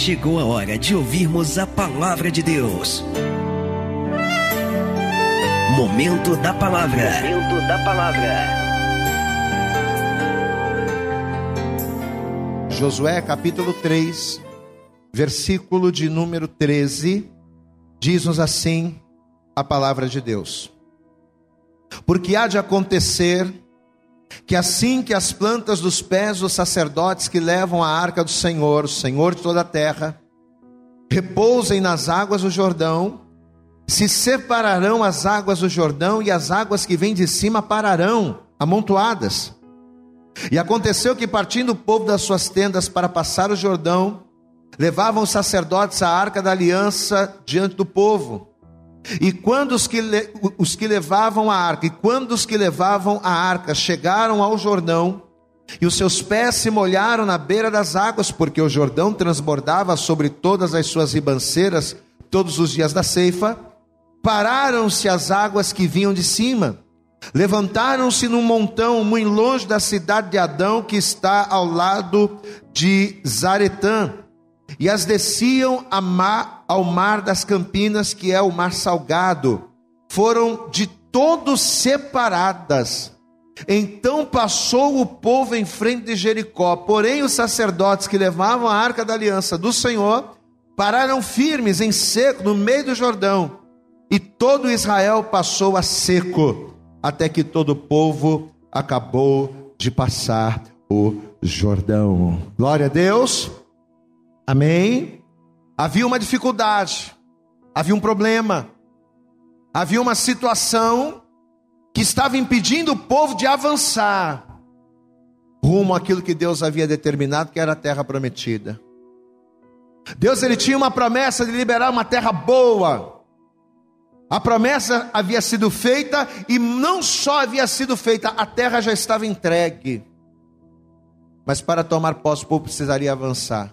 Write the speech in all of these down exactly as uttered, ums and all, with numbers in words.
chegou a hora de ouvirmos a palavra de Deus. Momento da palavra. Momento da palavra. Josué capítulo três, versículo de número treze, diz-nos assim a palavra de Deus: porque há de acontecer que assim que as plantas dos pés dos sacerdotes que levam a arca do Senhor, o Senhor de toda a terra, repousem nas águas do Jordão, se separarão as águas do Jordão e as águas que vêm de cima pararão, amontoadas. E aconteceu que, partindo o povo das suas tendas para passar o Jordão, levavam os sacerdotes a arca da aliança diante do povo. E quando os que, le, os que levavam a arca, e quando os que levavam a arca chegaram ao Jordão, e os seus pés se molharam na beira das águas, porque o Jordão transbordava sobre todas as suas ribanceiras todos os dias da ceifa, pararam-se as águas que vinham de cima, levantaram-se num montão muito longe da cidade de Adão, que está ao lado de Zaretã, e as desciam a mar, ao mar das Campinas, que é o mar salgado. Foram de todos separadas. Então passou o povo em frente de Jericó, porém os sacerdotes que levavam a arca da aliança do Senhor pararam firmes em seco no meio do Jordão, e todo Israel passou a seco, até que todo o povo acabou de passar o Jordão. Glória a Deus. Amém. Havia uma dificuldade, havia um problema, havia uma situação que estava impedindo o povo de avançar rumo àquilo que Deus havia determinado, que era a terra prometida. Deus, ele tinha uma promessa de liberar uma terra boa. A promessa havia sido feita, e não só havia sido feita, a terra já estava entregue. Mas para tomar posse, o povo precisaria avançar.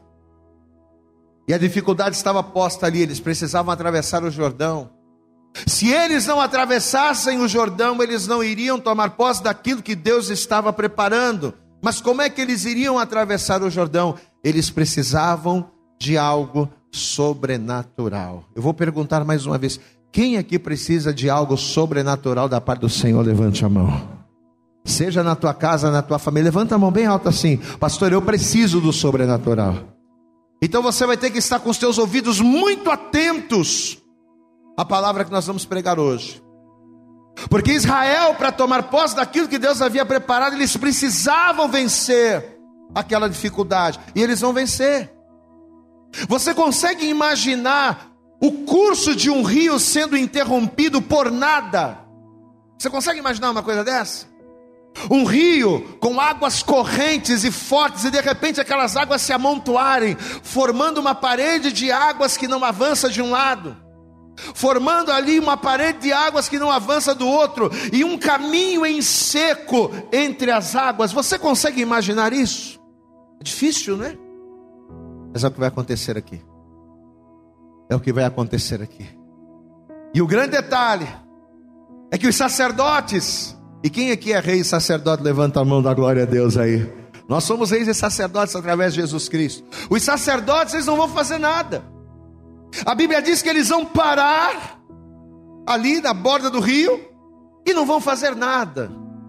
E a dificuldade estava posta ali, eles precisavam atravessar o Jordão. Se eles não atravessassem o Jordão, eles não iriam tomar posse daquilo que Deus estava preparando. Mas como é que eles iriam atravessar o Jordão? Eles precisavam de algo sobrenatural. Eu vou perguntar mais uma vez: quem aqui precisa de algo sobrenatural da parte do Senhor? Levante a mão. Seja na tua casa, na tua família, levanta a mão bem alta assim: pastor, eu preciso do sobrenatural. Então você vai ter que estar com os teus ouvidos muito atentos à palavra que nós vamos pregar hoje. Porque Israel, para tomar posse daquilo que Deus havia preparado, eles precisavam vencer aquela dificuldade, e eles vão vencer. Você consegue imaginar o curso de um rio sendo interrompido por nada? Você consegue imaginar uma coisa dessa? Um rio com águas correntes e fortes, e de repente aquelas águas se amontoarem, formando uma parede de águas que não avança de um lado, formando ali uma parede de águas que não avança do outro, e um caminho em seco entre as águas. Você consegue imaginar isso? É difícil, não é? Mas é o que vai acontecer aqui. É o que vai acontecer aqui. E o grande detalhe é que os sacerdotes, e quem aqui é rei e sacerdote? Levanta a mão, da glória a Deus aí. Nós somos reis e sacerdotes através de Jesus Cristo. Os sacerdotes, eles não vão fazer nada. A Bíblia diz que eles vão parar ali na borda do rio e não vão fazer nada.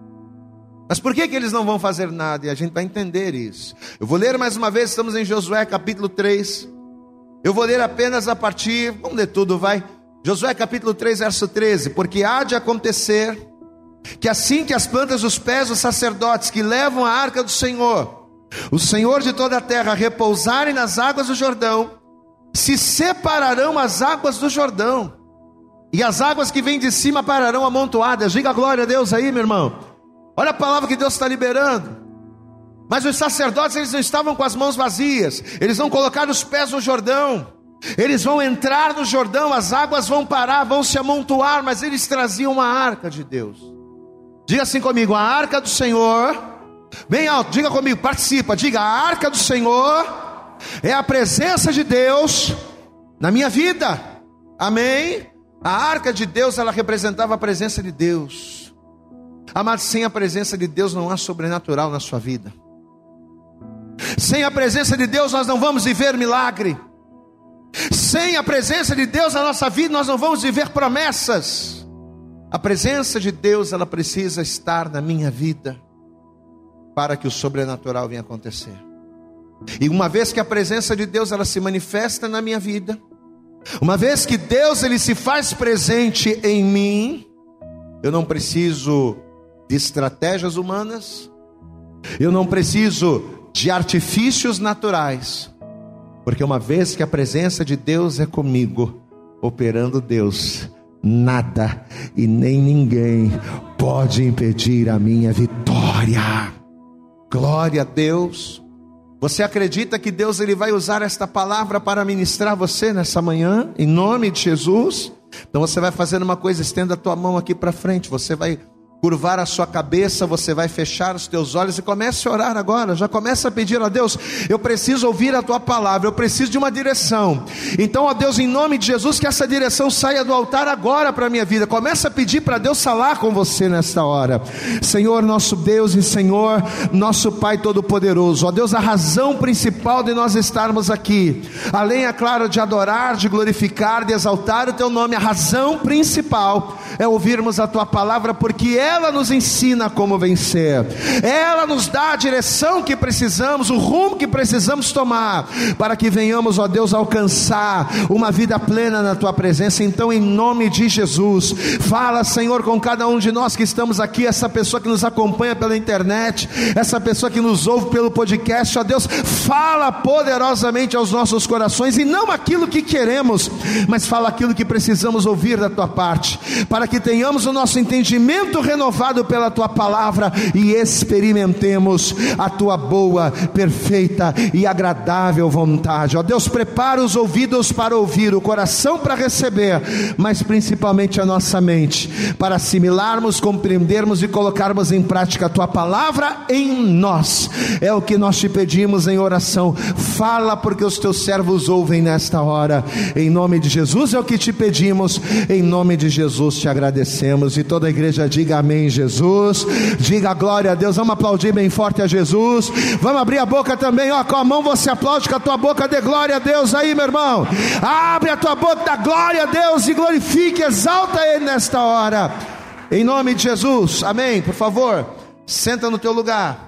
Mas por que que eles não vão fazer nada? E a gente vai entender isso. Eu vou ler mais uma vez, estamos em Josué capítulo três. Eu vou ler apenas a partir, vamos ler tudo, vai. Josué capítulo três, verso treze. Porque há de acontecer que assim que as plantas dos pés dos sacerdotes que levam a arca do Senhor, o Senhor de toda a terra, repousarem nas águas do Jordão, se separarão as águas do Jordão, e as águas que vêm de cima pararão amontoadas. Diga glória a Deus aí, meu irmão. Olha a palavra que Deus está liberando. Mas os sacerdotes, eles não estavam com as mãos vazias. Eles vão colocar os pés no Jordão, eles vão entrar no Jordão, as águas vão parar, vão se amontoar, mas eles traziam uma arca de Deus. Diga assim comigo: a arca do Senhor. Bem alto, diga comigo, participa. Diga: a arca do Senhor é a presença de Deus na minha vida. Amém? A arca de Deus, ela representava a presença de Deus. Amado, sem a presença de Deus não há sobrenatural na sua vida. Sem a presença de Deus nós não vamos viver milagre. Sem a presença de Deus na nossa vida, nós não vamos viver promessas. A presença de Deus, ela precisa estar na minha vida para que o sobrenatural venha acontecer. E uma vez que a presença de Deus, ela se manifesta na minha vida, uma vez que Deus, ele se faz presente em mim, eu não preciso de estratégias humanas, eu não preciso de artifícios naturais, porque uma vez que a presença de Deus é comigo, operando Deus, nada e nem ninguém pode impedir a minha vitória. Glória a Deus. Você acredita que Deus, ele vai usar esta palavra para ministrar você nessa manhã, em nome de Jesus? Então você vai fazendo uma coisa, estenda a tua mão aqui para frente, você vai curvar a sua cabeça, você vai fechar os teus olhos e comece a orar agora. Já começa a pedir a Deus: eu preciso ouvir a tua palavra, eu preciso de uma direção. Então, ó Deus, em nome de Jesus, que essa direção saia do altar agora para a minha vida. Começa a pedir para Deus falar com você nesta hora. Senhor nosso Deus e Senhor nosso Pai Todo-Poderoso, ó Deus, a razão principal de nós estarmos aqui, além, é claro, de adorar, de glorificar, de exaltar o teu nome, a razão principal é ouvirmos a tua palavra, porque é ela nos ensina como vencer, ela nos dá a direção que precisamos, o rumo que precisamos tomar, para que venhamos, ó Deus, alcançar uma vida plena na tua presença. Então, em nome de Jesus, fala, Senhor, com cada um de nós que estamos aqui, essa pessoa que nos acompanha pela internet, essa pessoa que nos ouve pelo podcast, ó Deus, fala poderosamente aos nossos corações, e não aquilo que queremos, mas fala aquilo que precisamos ouvir da tua parte, para que tenhamos o nosso entendimento renovado pela tua palavra e experimentemos a tua boa, perfeita e agradável vontade. Ó Deus, prepara os ouvidos para ouvir, o coração para receber, mas principalmente a nossa mente para assimilarmos, compreendermos e colocarmos em prática a tua palavra em nós. É o que nós te pedimos em oração. Fala, porque os teus servos ouvem nesta hora. Em nome de Jesus é o que te pedimos, em nome de Jesus te agradecemos. E toda a igreja diga amém. Jesus, diga glória a Deus. Vamos aplaudir bem forte a Jesus. Vamos abrir a boca também, ó, com a mão você aplaude, com a tua boca dê glória a Deus aí, meu irmão. Abre a tua boca, dá glória a Deus e glorifique, exalta Ele nesta hora, em nome de Jesus, amém. Por favor, senta no teu lugar.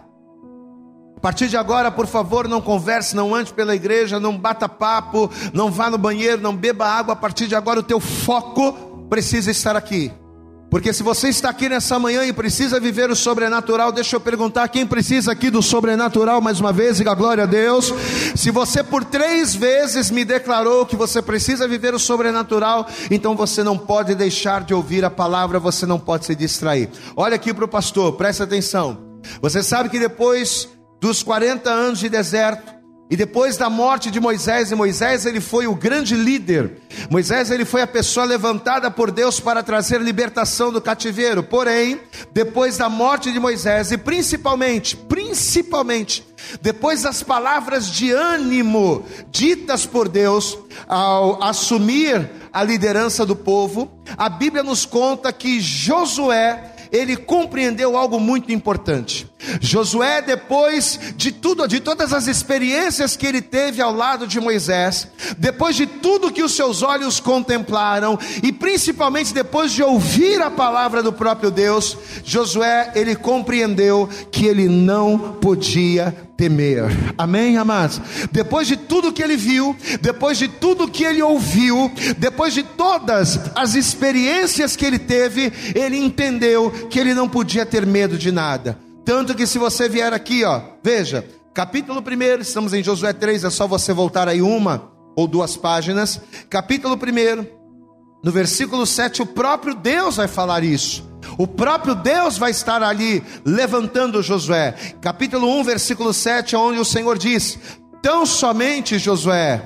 A partir de agora, por favor, não converse, não ande pela igreja, não bata papo, não vá no banheiro, não beba água. A partir de agora o teu foco precisa estar aqui. Porque se você está aqui nessa manhã e precisa viver o sobrenatural, deixa eu perguntar, quem precisa aqui do sobrenatural mais uma vez? Diga glória a Deus. Se você por três vezes me declarou que você precisa viver o sobrenatural, então você não pode deixar de ouvir a palavra, você não pode se distrair. Olha aqui para o pastor, presta atenção. Você sabe que depois dos quarenta anos de deserto, e depois da morte de Moisés, e Moisés ele foi o grande líder, Moisés ele foi a pessoa levantada por Deus para trazer libertação do cativeiro. Porém, depois da morte de Moisés, e principalmente, principalmente, depois das palavras de ânimo ditas por Deus, ao assumir a liderança do povo, a Bíblia nos conta que Josué, ele compreendeu algo muito importante. Josué, depois de tudo, de todas as experiências que ele teve ao lado de Moisés, depois de tudo que os seus olhos contemplaram, e principalmente depois de ouvir a palavra do próprio Deus, Josué, ele compreendeu que ele não podia temer. Amém, amados? Depois de tudo que ele viu, depois de tudo que ele ouviu, depois de todas as experiências que ele teve, ele entendeu que ele não podia ter medo de nada. Tanto que se você vier aqui, ó, veja, capítulo primeiro, estamos em Josué três, é só você voltar aí uma ou duas páginas. Capítulo primeiro, no versículo sete, o próprio Deus vai falar isso. O próprio Deus vai estar ali levantando Josué. Capítulo um, versículo sete, onde o Senhor diz: tão somente, Josué,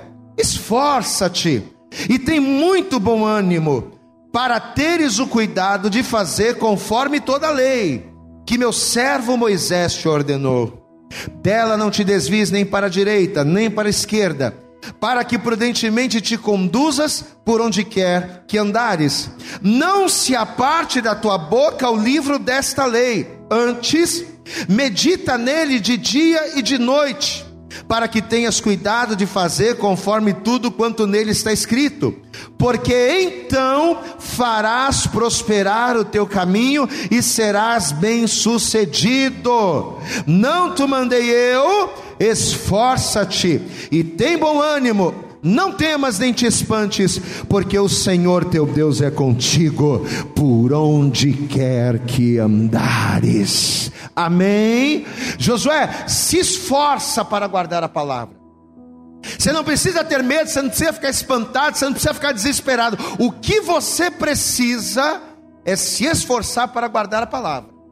esforça-te e tem muito bom ânimo, para teres o cuidado de fazer conforme toda a lei que meu servo Moisés te ordenou. Dela não te desvies nem para a direita, nem para a esquerda, para que prudentemente te conduzas por onde quer que andares. Não se aparte da tua boca o livro desta lei, antes medita nele de dia e de noite, para que tenhas cuidado de fazer conforme tudo quanto nele está escrito, porque então farás prosperar o teu caminho e serás bem-sucedido. Não te mandei eu? Esforça-te e tem bom ânimo. Não temas nem te espantes, porque o Senhor teu Deus é contigo, por onde quer que andares. Amém? Josué, se esforça para guardar a palavra. Você não precisa ter medo, você não precisa ficar espantado, você não precisa ficar desesperado. O que você precisa é se esforçar para guardar a palavra.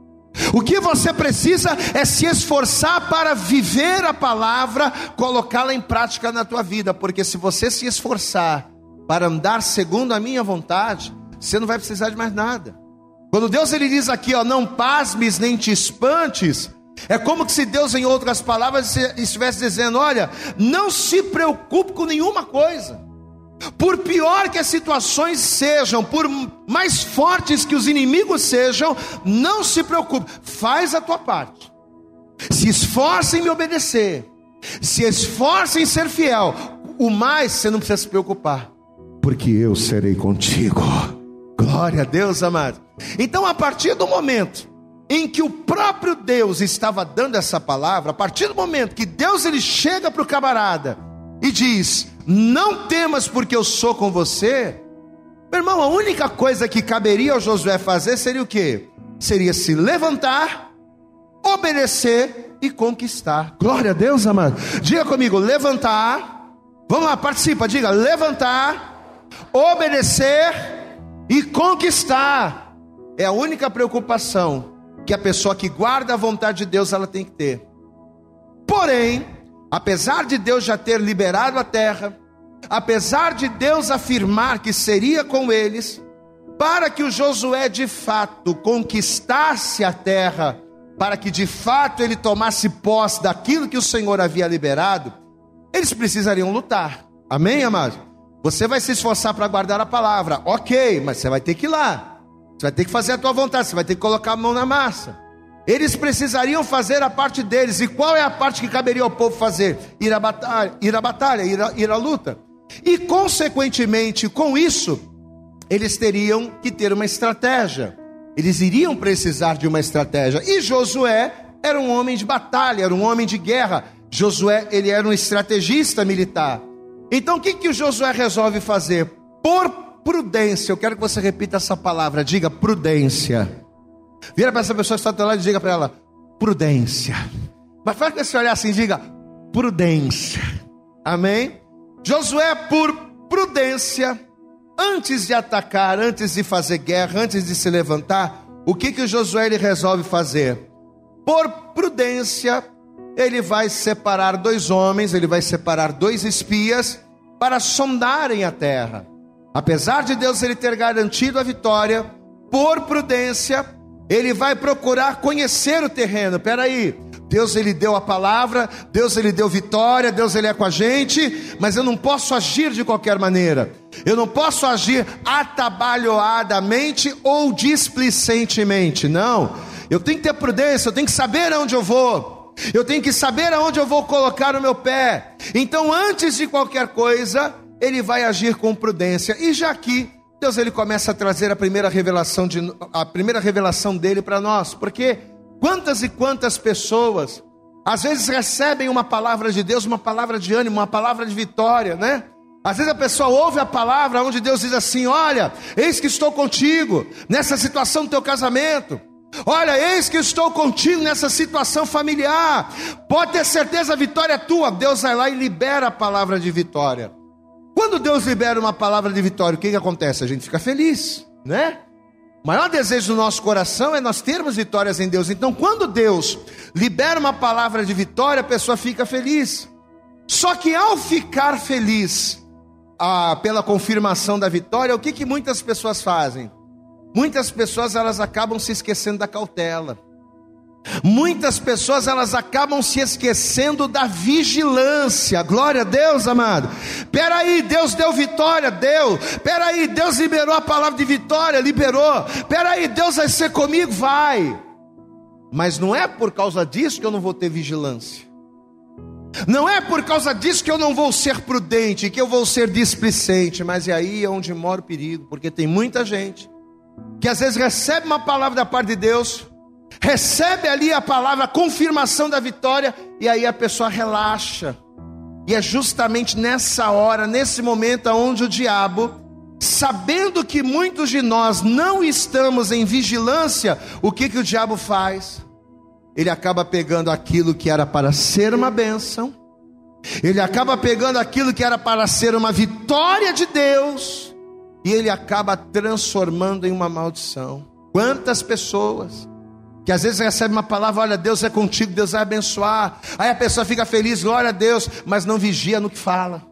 O que você precisa é se esforçar para viver a palavra, colocá-la em prática na tua vida, porque se você se esforçar para andar segundo a minha vontade, você não vai precisar de mais nada. Quando Deus ele diz aqui, ó, não pasmes nem te espantes, é como que se Deus, em outras palavras, estivesse dizendo: olha, não se preocupe com nenhuma coisa. Por pior que as situações sejam, por mais fortes que os inimigos sejam, não se preocupe, faz a tua parte. Se esforce em me obedecer, se esforce em ser fiel. O mais você não precisa se preocupar, porque eu serei contigo. Glória a Deus, amado. Então, a partir do momento em que o próprio Deus estava dando essa palavra, a partir do momento que Deus ele chega para o camarada e diz: não temas, porque eu sou com você. Meu irmão, a única coisa que caberia ao Josué fazer seria o quê? Seria se levantar, obedecer e conquistar. Glória a Deus, amado. Diga comigo: levantar. Vamos lá, participa, diga: levantar, obedecer e conquistar. É a única preocupação que a pessoa que guarda a vontade de Deus ela tem que ter. Porém, apesar de Deus já ter liberado a terra, apesar de Deus afirmar que seria com eles, para que o Josué de fato conquistasse a terra, para que de fato ele tomasse posse daquilo que o Senhor havia liberado, eles precisariam lutar. Amém, amado? Você vai se esforçar para guardar a palavra, ok, mas você vai ter que ir lá, você vai ter que fazer a tua vontade, você vai ter que colocar a mão na massa. Eles precisariam fazer a parte deles. E qual é a parte que caberia ao povo fazer? Ir à batalha, ir à, batalha, ir à, ir à luta. E consequentemente com isso, eles teriam que ter uma estratégia. Eles iriam precisar de uma estratégia. E Josué era um homem de batalha, era um homem de guerra. Josué, ele era um estrategista militar. Então o que, que o Josué resolve fazer? Por prudência, eu quero que você repita essa palavra, diga prudência. Vira para essa pessoa que está do teu lado e diga para ela: prudência. Mas faz com esse olhar assim, diga prudência. Amém? Josué, por prudência, antes de atacar, antes de fazer guerra, antes de se levantar, o que que o Josué ele resolve fazer? Por prudência, ele vai separar dois homens, ele vai separar dois espias para sondarem a terra. Apesar de Deus ele ter garantido a vitória, por prudência, ele vai procurar conhecer o terreno. Espera aí, Deus ele deu a palavra, Deus ele deu vitória, Deus ele é com a gente, mas eu não posso agir de qualquer maneira. Eu não posso agir atabalhoadamente ou displicentemente. Não, eu tenho que ter prudência, eu tenho que saber aonde eu vou, eu tenho que saber aonde eu vou colocar o meu pé. Então, antes de qualquer coisa, ele vai agir com prudência. E já aqui Deus ele começa a trazer a primeira revelação, de, a primeira revelação dele para nós. Porque quantas e quantas pessoas às vezes recebem uma palavra de Deus, uma palavra de ânimo, uma palavra de vitória, né? Às vezes a pessoa ouve a palavra onde Deus diz assim: olha, eis que estou contigo nessa situação do teu casamento. Olha, eis que estou contigo nessa situação familiar. Pode ter certeza, a vitória é tua. Deus vai lá e libera a palavra de vitória. Quando Deus libera uma palavra de vitória, o que que acontece? A gente fica feliz, né? O maior desejo do nosso coração é nós termos vitórias em Deus. Então, quando Deus libera uma palavra de vitória, a pessoa fica feliz. Só que ao ficar feliz ah, pela confirmação da vitória, o que que muitas pessoas fazem? Muitas pessoas elas acabam se esquecendo da cautela. Muitas pessoas elas acabam se esquecendo da vigilância. Glória a Deus, amado. Peraí, Deus deu vitória, deu. Peraí, Deus liberou a palavra de vitória, liberou. Peraí, Deus vai ser comigo, vai. Mas não é por causa disso que eu não vou ter vigilância. Não é por causa disso que eu não vou ser prudente, que eu vou ser displicente, mas é aí onde mora o perigo, porque tem muita gente que às vezes recebe uma palavra da parte de Deus, recebe ali a palavra, a confirmação da vitória, e aí a pessoa relaxa. E é justamente nessa hora, nesse momento, onde o diabo, sabendo que muitos de nós não estamos em vigilância, o que que o diabo faz? Ele acaba pegando aquilo que era para ser uma bênção, ele acaba pegando aquilo que era para ser uma vitória de Deus, e ele acaba transformando em uma maldição. Quantas pessoas que às vezes recebem uma palavra, olha, Deus é contigo, Deus vai abençoar, aí a pessoa fica feliz, glória a Deus, mas não vigia no que fala,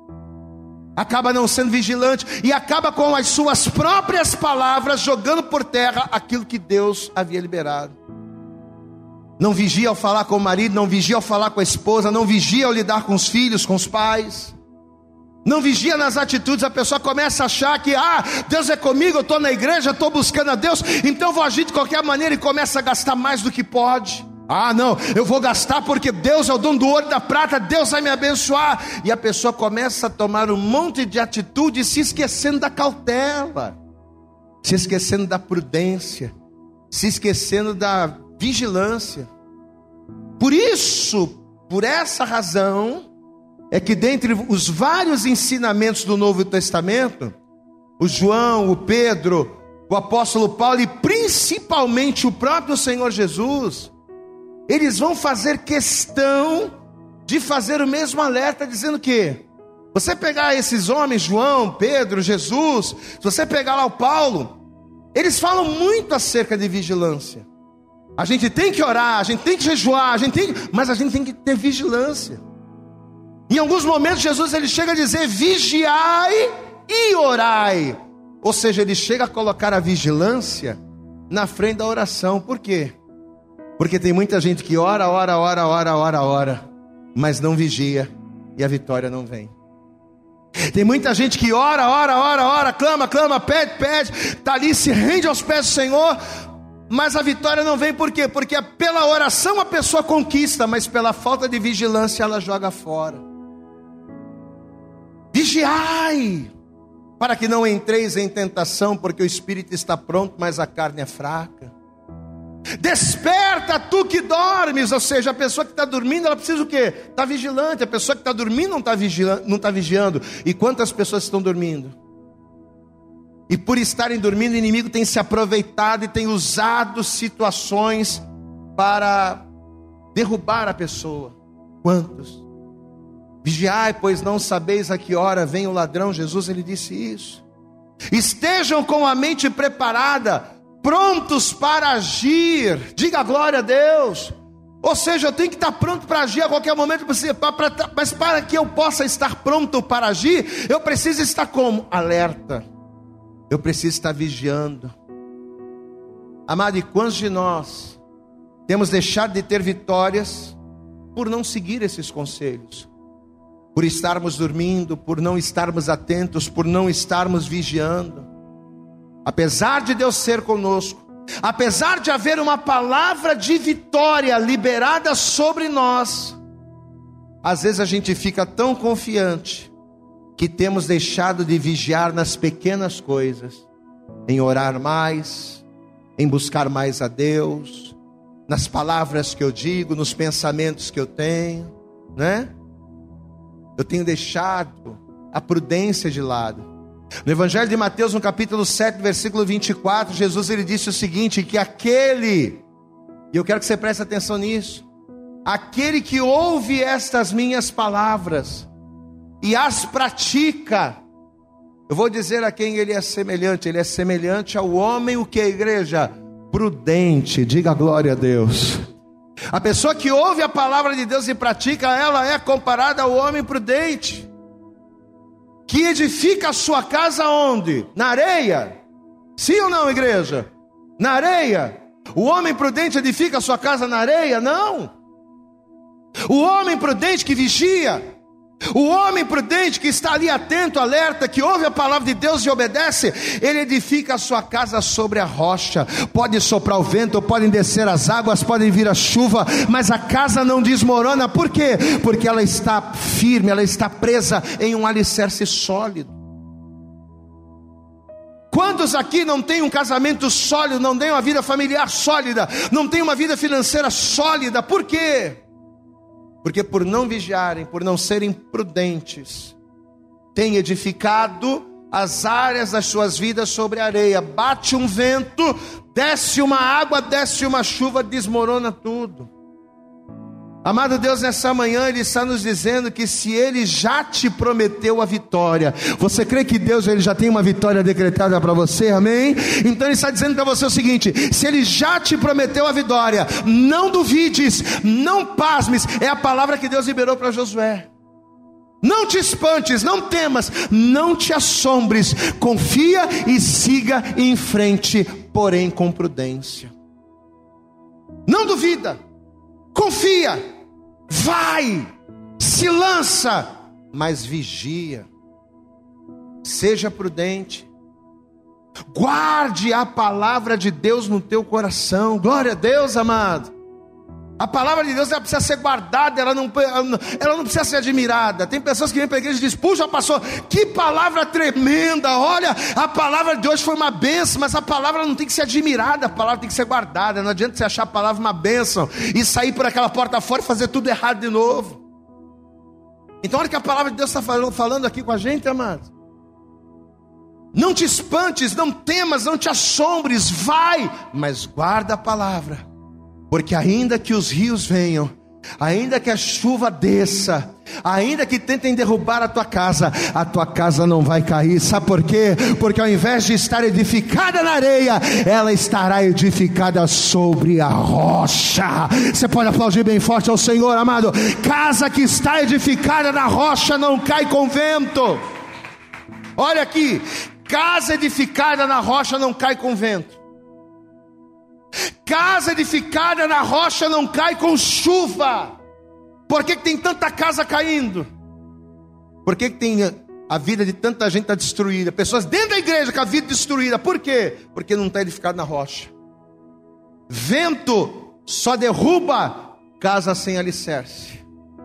acaba não sendo vigilante, e acaba com as suas próprias palavras jogando por terra aquilo que Deus havia liberado. Não vigia ao falar com o marido, não vigia ao falar com a esposa, não vigia ao lidar com os filhos, com os pais, não vigia nas atitudes. A pessoa começa a achar que, ah, Deus é comigo, eu estou na igreja, estou buscando a Deus, então vou agir de qualquer maneira, e começa a gastar mais do que pode. Ah não, eu vou gastar porque Deus é o dono do ouro e da prata, Deus vai me abençoar. E a pessoa começa a tomar um monte de atitudes, se esquecendo da cautela, se esquecendo da prudência, se esquecendo da vigilância. Por isso, por essa razão, é que dentre os vários ensinamentos do Novo Testamento, o João, o Pedro, o apóstolo Paulo e principalmente o próprio Senhor Jesus, eles vão fazer questão de fazer o mesmo alerta, dizendo que, você pegar esses homens, João, Pedro, Jesus, se você pegar lá o Paulo, eles falam muito acerca de vigilância. A gente tem que orar, a gente tem que jejuar, a gente tem que... mas a gente tem que ter vigilância. Em alguns momentos Jesus ele chega a dizer, vigiai e orai. Ou seja, ele chega a colocar a vigilância na frente da oração. Por quê? Porque tem muita gente que ora, ora, ora, ora, ora, ora, mas não vigia, e a vitória não vem. Tem muita gente que ora, ora, ora, ora, clama, clama, pede, pede, está ali, se rende aos pés do Senhor, mas a vitória não vem. Por quê? Porque pela oração a pessoa conquista, mas pela falta de vigilância ela joga fora. Vigiai, para que não entreis em tentação, porque o espírito está pronto, mas a carne é fraca. Desperta tu que dormes. Ou seja, a pessoa que está dormindo, ela precisa o quê? Está vigilante. A pessoa que está dormindo não está vigilando, não está vigiando. E quantas pessoas estão dormindo? E por estarem dormindo, o inimigo tem se aproveitado e tem usado situações para derrubar a pessoa. Quantos? Vigiai, pois não sabeis a que hora vem o ladrão. Jesus ele disse isso. Estejam com a mente preparada, prontos para agir. Diga glória a Deus. Ou seja, eu tenho que estar pronto para agir a qualquer momento. Mas para que eu possa estar pronto para agir, eu preciso estar como? Alerta. Eu preciso estar vigiando. Amado, e quantos de nós temos deixado de ter vitórias por não seguir esses conselhos? Por estarmos dormindo, por não estarmos atentos, por não estarmos vigiando. Apesar de Deus ser conosco, apesar de haver uma palavra de vitória liberada sobre nós, às vezes a gente fica tão confiante que temos deixado de vigiar nas pequenas coisas, em orar mais, em buscar mais a Deus, nas palavras que eu digo, nos pensamentos que eu tenho, né? Eu tenho deixado a prudência de lado. No Evangelho de Mateus, no capítulo sete, versículo vinte e quatro, Jesus ele disse o seguinte, que aquele, e eu quero que você preste atenção nisso, aquele que ouve estas minhas palavras e as pratica, eu vou dizer a quem ele é semelhante. Ele é semelhante ao homem, o que é a igreja? Prudente. Diga glória a Deus. A pessoa que ouve a palavra de Deus e pratica, ela é comparada ao homem prudente, que edifica a sua casa onde? Na areia. Sim ou não, igreja? Na areia. O homem prudente edifica a sua casa na areia? Não. O homem prudente que vigia, O homem prudente que está ali atento, alerta, que ouve a palavra de Deus e obedece, ele edifica a sua casa sobre a rocha. Pode soprar o vento, podem descer as águas, podem vir a chuva, mas a casa não desmorona. Por quê? Porque ela está firme, ela está presa em um alicerce sólido. Quantos aqui não têm um casamento sólido, não têm uma vida familiar sólida, não têm uma vida financeira sólida? Por quê? Porque por não vigiarem, por não serem prudentes, têm edificado as áreas das suas vidas sobre a areia. Bate um vento, desce uma água, desce uma chuva, desmorona tudo. Amado Deus, nessa manhã Ele está nos dizendo que se Ele já te prometeu a vitória, você crê que Deus ele já tem uma vitória decretada para você, amém? Então Ele está dizendo para você o seguinte: se Ele já te prometeu a vitória, não duvides, não pasmes. É a palavra que Deus liberou para Josué. Não te espantes, não temas, não te assombres, confia e siga em frente, porém com prudência. Não duvida, confia, vai, se lança, mas vigia, seja prudente, guarde a palavra de Deus no teu coração. Glória a Deus, amado. A palavra de Deus ela precisa ser guardada, ela não, ela não precisa ser admirada. Tem pessoas que vêm para a igreja e dizem: puxa, pastor, que palavra tremenda, olha, a palavra de hoje foi uma bênção. Mas a palavra não tem que ser admirada, a palavra tem que ser guardada. Não adianta você achar a palavra uma bênção e sair por aquela porta fora e fazer tudo errado de novo. Então olha que a palavra de Deus está falando, falando aqui com a gente, amado. Não te espantes, não temas, não te assombres, vai, mas guarda a palavra. Porque ainda que os rios venham, ainda que a chuva desça, ainda que tentem derrubar a tua casa, a tua casa não vai cair. Sabe por quê? Porque ao invés de estar edificada na areia, ela estará edificada sobre a rocha. Você pode aplaudir bem forte ao Senhor, amado. Casa que está edificada na rocha não cai com vento. Olha aqui, casa edificada na rocha não cai com vento. Casa edificada na rocha não cai com chuva. Por que que tem tanta casa caindo? Por que que tem a vida de tanta gente está destruída? Pessoas dentro da igreja com a vida destruída. Por quê? Porque não está edificado na rocha. Vento só derruba casa sem alicerce.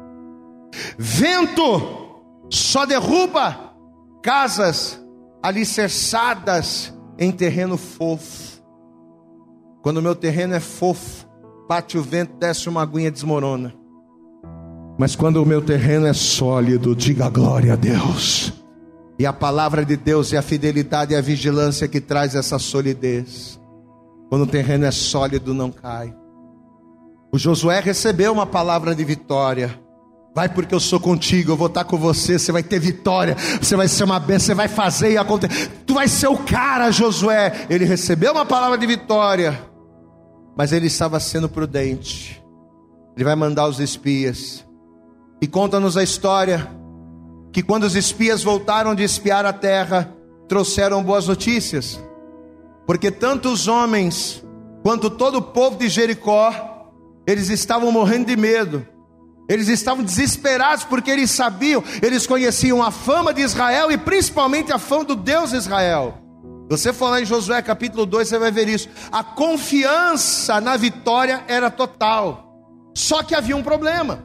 Vento só derruba casas alicerçadas em terreno fofo. Quando o meu terreno é fofo, bate o vento, desce uma aguinha, desmorona. Mas quando o meu terreno é sólido, diga glória a Deus. E a palavra de Deus é a fidelidade e a vigilância que traz essa solidez. Quando o terreno é sólido, não cai. O Josué recebeu uma palavra de vitória. Vai, porque eu sou contigo, eu vou estar com você, você vai ter vitória, você vai ser uma bênção, você vai fazer e acontecer. Tu vai ser o cara, Josué. Ele recebeu uma palavra de vitória, mas ele estava sendo prudente. Ele vai mandar os espias. E conta-nos a história que quando os espias voltaram de espiar a terra, trouxeram boas notícias. Porque tanto os homens quanto todo o povo de Jericó, eles estavam morrendo de medo. Eles estavam desesperados porque eles sabiam, eles conheciam a fama de Israel e principalmente a fama do Deus de Israel. Você for lá em Josué capítulo dois, você vai ver isso. A confiança na vitória era total. Só que havia um problema.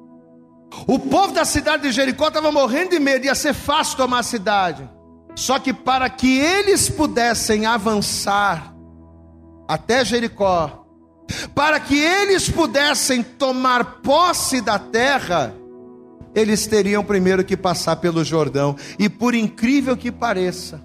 O povo da cidade de Jericó estava morrendo de medo, ia ser fácil tomar a cidade. Só que para que eles pudessem avançar até Jericó, para que eles pudessem tomar posse da terra, eles teriam primeiro que passar pelo Jordão. E por incrível que pareça,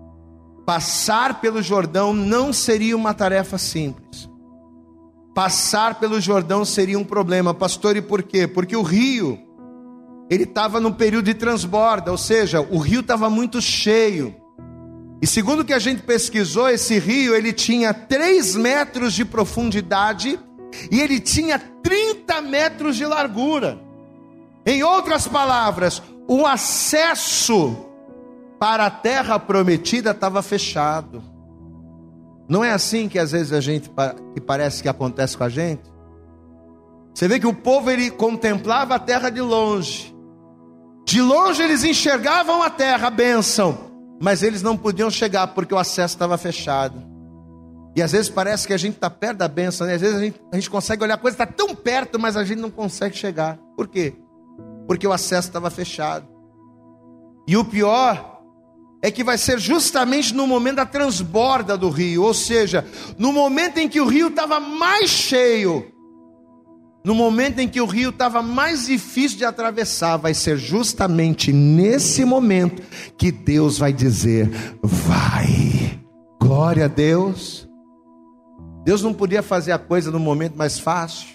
passar pelo Jordão não seria uma tarefa simples. Passar pelo Jordão seria um problema, pastor, e por quê? Porque o rio, ele estava num período de transborda, ou seja, o rio estava muito cheio. E segundo o que a gente pesquisou, esse rio, ele tinha três metros de profundidade e ele tinha trinta metros de largura. Em outras palavras, o acesso para a terra prometida estava fechado. Não é assim que às vezes a gente, que parece que acontece com a gente? Você vê que o povo, ele contemplava a terra de longe, De longe eles enxergavam a terra, a bênção, mas eles não podiam chegar porque o acesso estava fechado. E às vezes parece que a gente está perto da bênção, né? Às vezes a gente, a gente consegue olhar, a coisa está tão perto, mas a gente não consegue chegar. Por quê? Porque o acesso estava fechado. E o pior é que vai ser justamente no momento da transborda do rio, ou seja, no momento em que o rio estava mais cheio, no momento em que o rio estava mais difícil de atravessar, vai ser justamente nesse momento que Deus vai dizer: vai. Glória a Deus. Deus não podia fazer a coisa no momento mais fácil.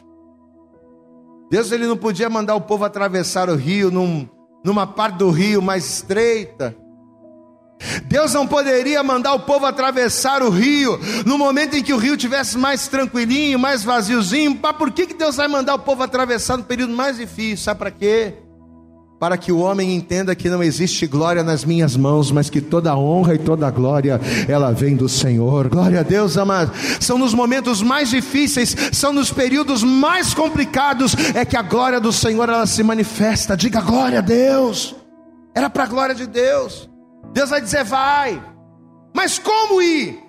Deus ele não podia mandar o povo atravessar o rio num, numa parte do rio mais estreita. Deus não poderia mandar o povo atravessar o rio no momento em que o rio estivesse mais tranquilinho, mais vaziozinho. Mas por que que Deus vai mandar o povo atravessar no período mais difícil? Sabe para quê? Para que o homem entenda que não existe glória nas minhas mãos, mas que toda honra e toda glória, ela vem do Senhor. Glória a Deus, amados. São nos momentos mais difíceis, são nos períodos mais complicados, é que a glória do Senhor, ela se manifesta. Diga glória a Deus. Era para a glória de Deus. Deus vai dizer vai, mas como ir?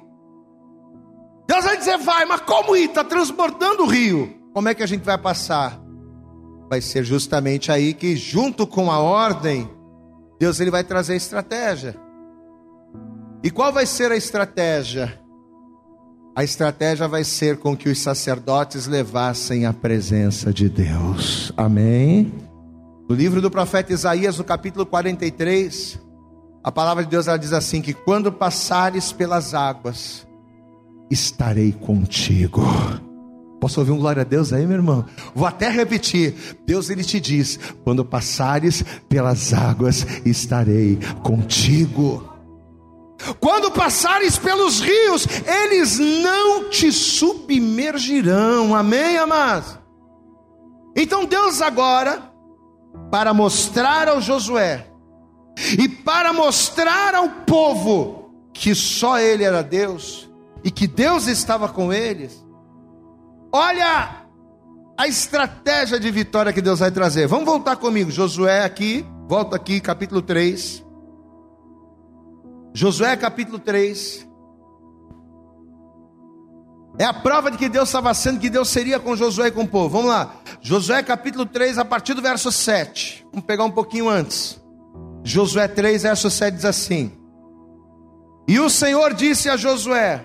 Deus vai dizer vai, mas como ir? Está transbordando o rio. Como é que a gente vai passar? Vai ser justamente aí que, junto com a ordem, Deus ele vai trazer estratégia. E qual vai ser a estratégia? A estratégia vai ser com que os sacerdotes levassem a presença de Deus. Amém? No livro do profeta Isaías, no capítulo quarenta e três, a palavra de Deus ela diz assim: que quando passares pelas águas, estarei contigo. Posso ouvir um glória a Deus aí, meu irmão? Vou até repetir. Deus ele te diz: quando passares pelas águas, estarei contigo. Quando passares pelos rios, eles não te submergirão. Amém, amados? Então Deus agora, para mostrar ao Josué e para mostrar ao povo que só ele era Deus e que Deus estava com eles, olha a estratégia de vitória que Deus vai trazer. Vamos voltar comigo, Josué aqui, volta aqui, capítulo três. Josué capítulo três. É a prova de que Deus estava sendo, que Deus seria com Josué e com o povo. Vamos lá, Josué capítulo três, a partir do verso sete. Vamos pegar um pouquinho antes. Josué três, verso sete diz assim: e o Senhor disse a Josué: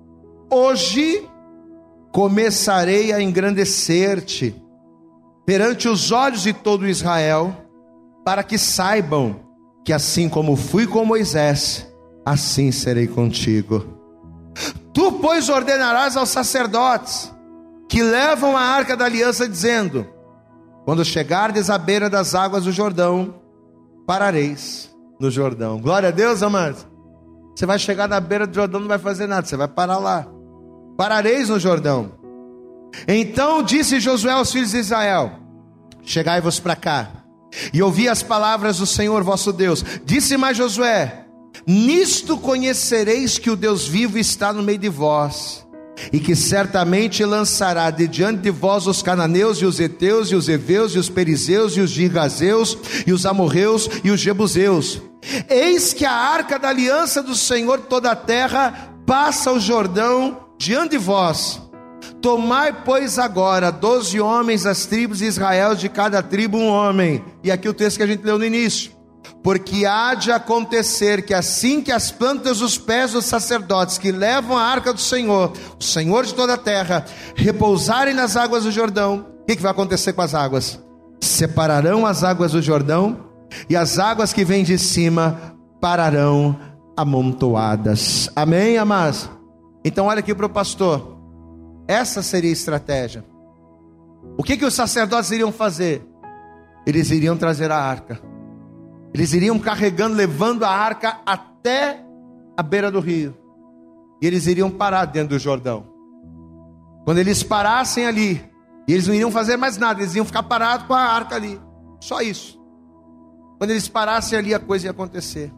hoje começarei a engrandecer-te perante os olhos de todo Israel, para que saibam que assim como fui com Moisés, assim serei contigo. Tu, pois, ordenarás aos sacerdotes que levam a arca da aliança, dizendo: quando chegardes à beira das águas do Jordão, parareis no Jordão. Glória a Deus, amados. Você vai chegar na beira do Jordão, não vai fazer nada, você vai parar lá. Parareis no Jordão. Então disse Josué aos filhos de Israel: chegai-vos para cá e ouvi as palavras do Senhor vosso Deus. Disse mais Josué: nisto conhecereis que o Deus vivo está no meio de vós, e que certamente lançará de diante de vós os cananeus e os heteus e os heveus e os perizeus e os girgazeus e os amorreus e os jebuseus. Eis que a arca da aliança do Senhor de toda a terra passa o Jordão diante de vós. Tomai, pois, agora doze homens das tribos de Israel, de cada tribo um homem. E aqui o texto que a gente leu no início. Porque há de acontecer que assim que as plantas dos pés dos sacerdotes que levam a arca do Senhor, o Senhor de toda a terra, repousarem nas águas do Jordão, o que, que vai acontecer com as águas? Separarão as águas do Jordão, e as águas que vêm de cima pararão amontoadas. Amém, amados? Então olha aqui para o pastor. Essa seria a estratégia. O que, que os sacerdotes iriam fazer? Eles iriam trazer a arca. Eles iriam carregando, levando a arca até a beira do rio. E eles iriam parar dentro do Jordão. Quando eles parassem ali, e eles não iriam fazer mais nada, eles iam ficar parados com a arca ali. Só isso. Quando eles parassem ali, a coisa ia acontecer.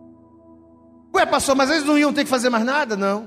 Ué, pastor, mas eles não iam ter que fazer mais nada? Não.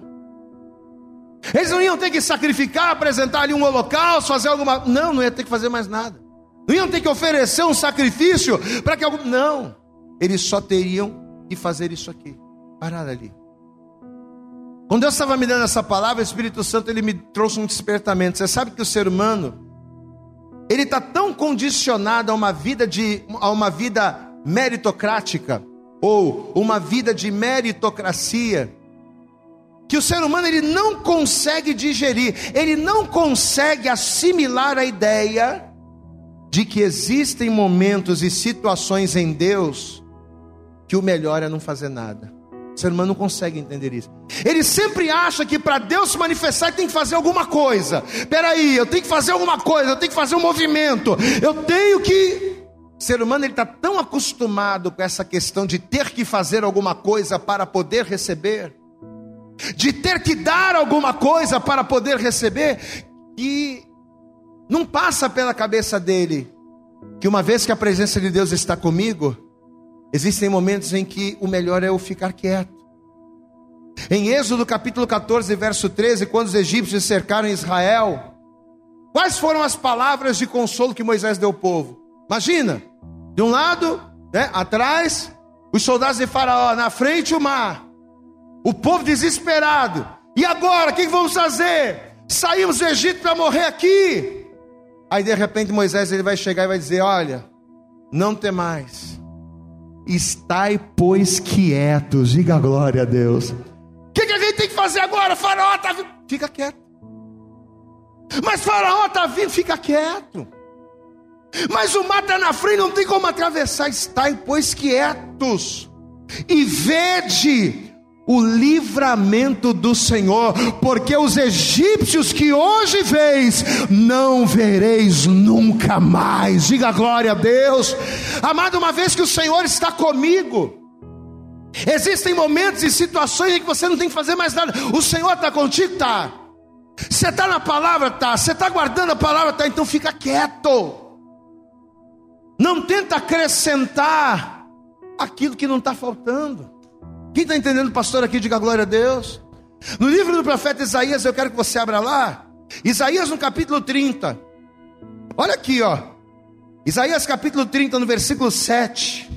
Eles não iam ter que sacrificar, apresentar ali um holocausto, fazer alguma... Não, não ia ter que fazer mais nada. Não iam ter que oferecer um sacrifício para que algum... Não, eles só teriam que fazer isso aqui, parar ali. Quando Deus estava me dando essa palavra, o Espírito Santo ele me trouxe um despertamento. Você sabe que o ser humano, ele está tão condicionado a uma vida de, a uma vida meritocrática, ou uma vida de meritocracia, que o ser humano ele não consegue digerir, ele não consegue assimilar a ideia de que existem momentos e situações em Deus que o melhor é não fazer nada. O ser humano não consegue entender isso. Ele sempre acha que para Deus se manifestar ele tem que fazer alguma coisa. Peraí, eu tenho que fazer alguma coisa, eu tenho que fazer um movimento, eu tenho que... O ser humano ele está tão acostumado com essa questão de ter que fazer alguma coisa para poder receber, de ter que dar alguma coisa para poder receber, que não passa pela cabeça dele que uma vez que a presença de Deus está comigo, existem momentos em que o melhor é eu ficar quieto. Em Êxodo capítulo catorze, verso treze, quando os egípcios cercaram Israel, quais foram as palavras de consolo que Moisés deu ao povo? Imagina, de um lado, né, atrás, os soldados de Faraó, na frente o mar, o povo desesperado. E agora, o que vamos fazer? Saímos do Egito para morrer aqui. Aí de repente Moisés ele vai chegar e vai dizer: olha, não temais, estai pois quietos. Diga glória a Deus. O que, que a gente tem que fazer agora? Faraó está vindo, fica quieto. Mas Faraó está vindo, fica quieto. Mas o mar está na frente, não tem como atravessar. Estai pois quietos e vede o livramento do Senhor, porque os egípcios que hoje veis, não vereis nunca mais. Diga glória a Deus. Amado, uma vez que o Senhor está comigo, existem momentos e situações em que você não tem que fazer mais nada. O Senhor está contigo? Está. Você está na palavra? Está. Você está guardando a palavra? Está. Então fica quieto. Não tenta acrescentar aquilo que não está faltando. Quem está entendendo, pastor, aqui, diga glória a Deus. No livro do profeta Isaías, eu quero que você abra lá. Isaías no capítulo trinta. Olha aqui, ó. Isaías capítulo trinta, no versículo sete.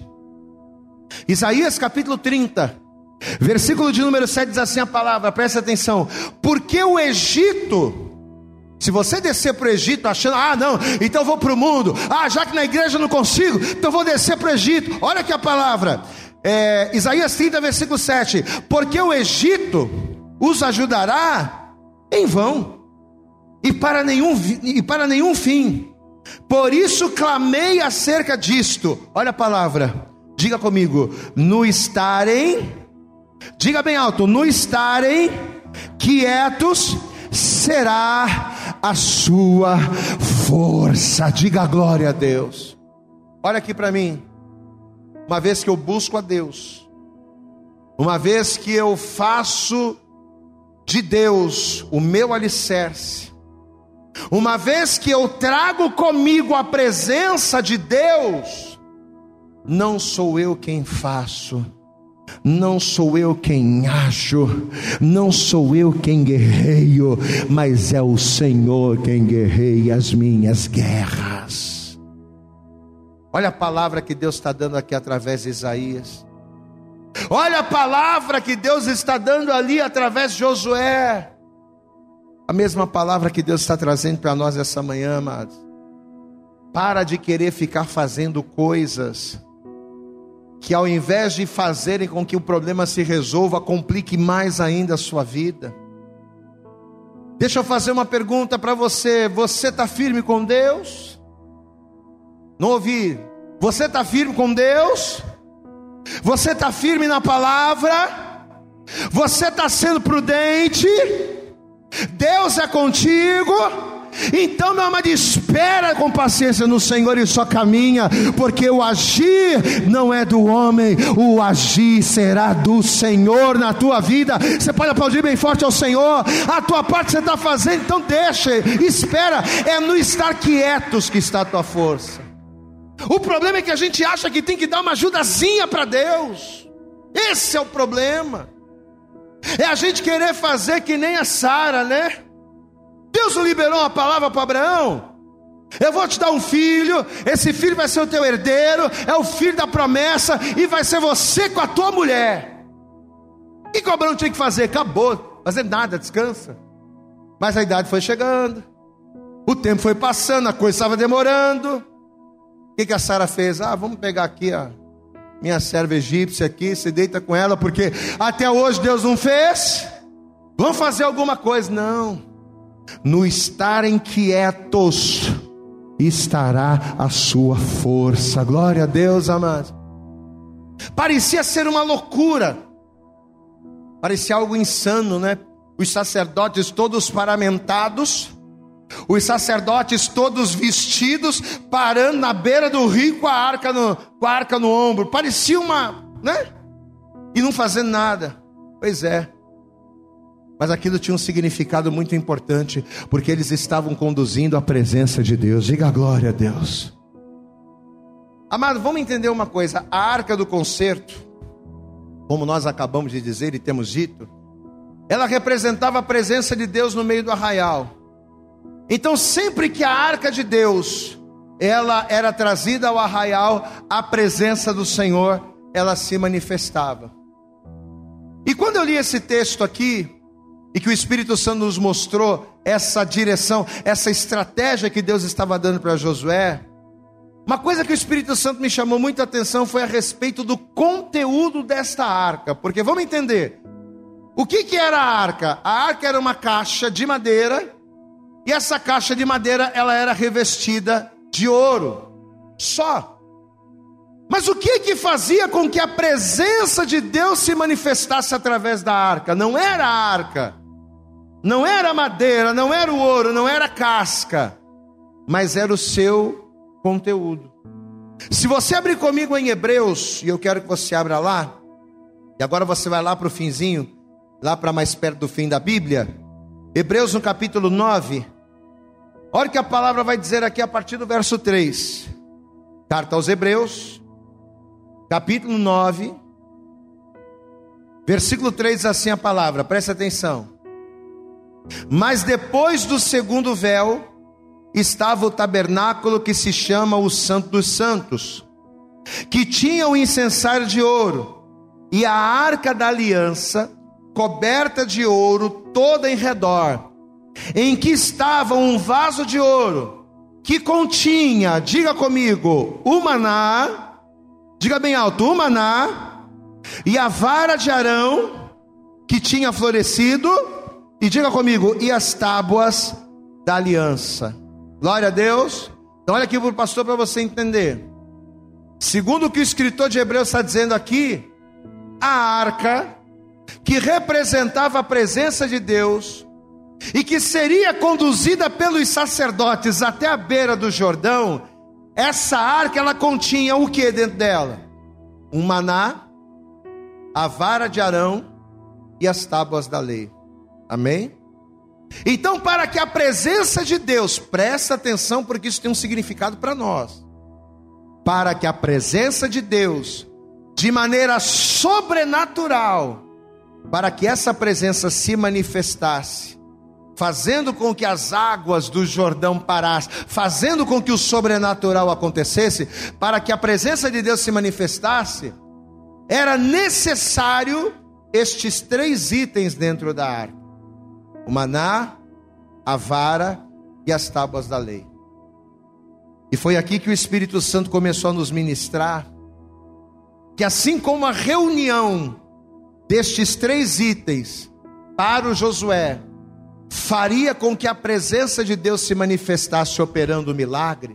Isaías capítulo trinta, versículo de número sete, diz assim a palavra, presta atenção. Porque o Egito... Se você descer para o Egito achando, ah não, então eu vou para o mundo, ah já que na igreja eu não consigo, então eu vou descer para o Egito. Olha aqui a palavra, é, Isaías trinta, versículo sete. Porque o Egito os ajudará em vão, e para nenhum, e para nenhum fim. Por isso clamei acerca disto. Olha a palavra, diga comigo, no estarem, diga bem alto, no estarem quietos será a sua força. Diga glória a Deus. Olha aqui para mim. Uma vez que eu busco a Deus, uma vez que eu faço de Deus o meu alicerce, uma vez que eu trago comigo a presença de Deus, não sou eu quem faço, não sou eu quem ajo, não sou eu quem guerreio, mas é o Senhor quem guerreia as minhas guerras. Olha a palavra que Deus está dando aqui através de Isaías. Olha a palavra que Deus está dando ali através de Josué. A mesma palavra que Deus está trazendo para nós essa manhã, amados. Para de querer ficar fazendo coisas que ao invés de fazerem com que o problema se resolva, complique mais ainda a sua vida. Deixa eu fazer uma pergunta para você. Você está firme com Deus? Não ouvi. Você está firme com Deus? Você está firme na palavra? Você está sendo prudente? Deus é contigo? Então não ama de espera com paciência no Senhor e só caminha, porque o agir não é do homem, o agir será do Senhor na tua vida. Você pode aplaudir bem forte ao Senhor. A tua parte você está fazendo, então deixa, espera. É no estar quietos que está a tua força. O problema é que a gente acha que tem que dar uma ajudazinha para Deus. Esse é o problema. É a gente querer fazer que nem a Sara, né? Deus não liberou uma palavra para Abraão? Eu vou te dar um filho, esse filho vai ser o teu herdeiro, é o filho da promessa, e vai ser você com a tua mulher. O que, que o Abraão tinha que fazer? Acabou, fazer nada, descansa. Mas a idade foi chegando, o tempo foi passando, a coisa estava demorando. O que, que a Sara fez? Ah, vamos pegar aqui a minha serva egípcia aqui, se deita com ela, porque até hoje Deus não fez. Vamos fazer alguma coisa. Não, no estarem quietos estará a sua força. Glória a Deus, amados. Parecia ser uma loucura, parecia algo insano, né? Os sacerdotes todos paramentados, os sacerdotes todos vestidos, parando na beira do rio com a arca no, com a arca no ombro. Parecia uma, né? E não fazendo nada. Pois é. Mas aquilo tinha um significado muito importante, porque eles estavam conduzindo a presença de Deus. Diga glória a Deus. Amado, vamos entender uma coisa. A arca do concerto, como nós acabamos de dizer e temos dito, ela representava a presença de Deus no meio do arraial. Então sempre que a arca de Deus, ela era trazida ao arraial, a presença do Senhor, ela se manifestava. E quando eu li esse texto aqui, e que o Espírito Santo nos mostrou essa direção, essa estratégia que Deus estava dando para Josué, uma coisa que o Espírito Santo me chamou muita atenção foi a respeito do conteúdo desta arca. Porque vamos entender, o que, que era a arca? A arca era uma caixa de madeira, e essa caixa de madeira ela era revestida de ouro, só. Mas o que que fazia com que a presença de Deus se manifestasse através da arca? Não era a arca, não era a madeira, não era o ouro, não era a casca, mas era o seu conteúdo. Se você abrir comigo em Hebreus, e eu quero que você abra lá, e agora você vai lá para o finzinho, lá para mais perto do fim da Bíblia, Hebreus no capítulo nove, olha o que a palavra vai dizer aqui a partir do verso três, carta aos Hebreus, capítulo nove, versículo três, diz assim a palavra, presta atenção. Mas depois do segundo véu, estava o tabernáculo que se chama o Santo dos Santos, que tinha o incensário de ouro, e a arca da aliança, coberta de ouro toda em redor, em que estava um vaso de ouro, que continha, diga comigo, o maná, diga bem alto, o maná, e a vara de Arão, que tinha florescido, e diga comigo, e as tábuas da aliança. Glória a Deus. Então olha aqui para o pastor, para você entender. Segundo o que o escritor de Hebreus está dizendo aqui, a arca, que representava a presença de Deus, e que seria conduzida pelos sacerdotes até a beira do Jordão, essa arca ela continha o que dentro dela? Um maná, a vara de Arão e as tábuas da lei. Amém? Então, para que a presença de Deus, presta atenção porque isso tem um significado para nós, para que a presença de Deus, de maneira sobrenatural, para que essa presença se manifestasse, fazendo com que as águas do Jordão parassem, fazendo com que o sobrenatural acontecesse, para que a presença de Deus se manifestasse, era necessário estes três itens dentro da arca: o maná, a vara e as tábuas da lei. E foi aqui que o Espírito Santo começou a nos ministrar, que assim como a reunião destes três itens para o Josué faria com que a presença de Deus se manifestasse operando o milagre,